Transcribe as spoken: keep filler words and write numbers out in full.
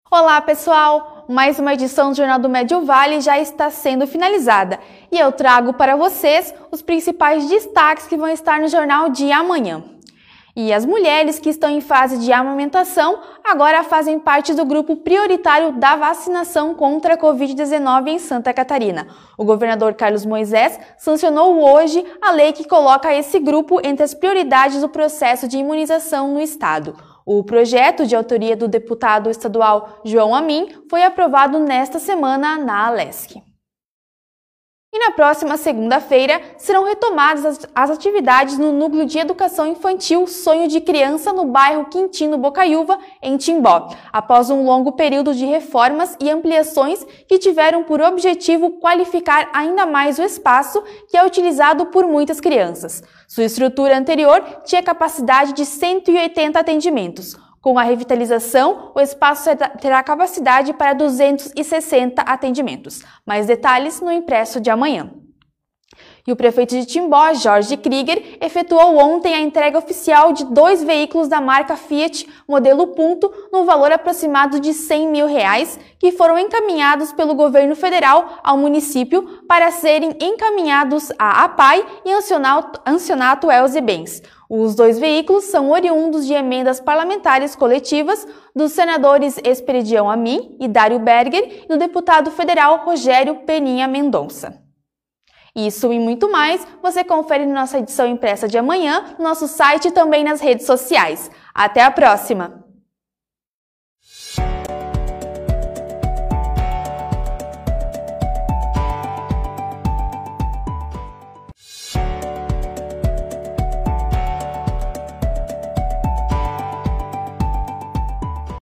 Olá pessoal, mais uma edição do Jornal do Médio Vale já está sendo finalizada e eu trago para vocês os principais destaques que vão estar no jornal de amanhã. E as mulheres que estão em fase de amamentação agora fazem parte do grupo prioritário da vacinação contra a covid dezenove em Santa Catarina. O governador Carlos Moisés sancionou hoje a lei que coloca esse grupo entre as prioridades do processo de imunização no estado. O projeto, de autoria do deputado estadual João Amin, foi aprovado nesta semana na Alesc. E na próxima segunda-feira serão retomadas as, as atividades no Núcleo de Educação Infantil Sonho de Criança no bairro Quintino Bocaiúva, em Timbó, após um longo período de reformas e ampliações que tiveram por objetivo qualificar ainda mais o espaço que é utilizado por muitas crianças. Sua estrutura anterior tinha capacidade de cento e oitenta atendimentos. Com a revitalização, o espaço terá capacidade para duzentos e sessenta atendimentos. Mais detalhes no impresso de amanhã. E o prefeito de Timbó, Jorge Krieger, efetuou ontem a entrega oficial de dois veículos da marca Fiat modelo Punto no valor aproximado de cem mil reais, que foram encaminhados pelo governo federal ao município para serem encaminhados à APAI e Ancionato, Ancionato Elze Bens. Os dois veículos são oriundos de emendas parlamentares coletivas dos senadores Esperidião Amin e Dário Berger e do deputado federal Rogério Peninha Mendonça. Isso e muito mais você confere na nossa edição impressa de amanhã, no nosso site e também nas redes sociais. Até a próxima!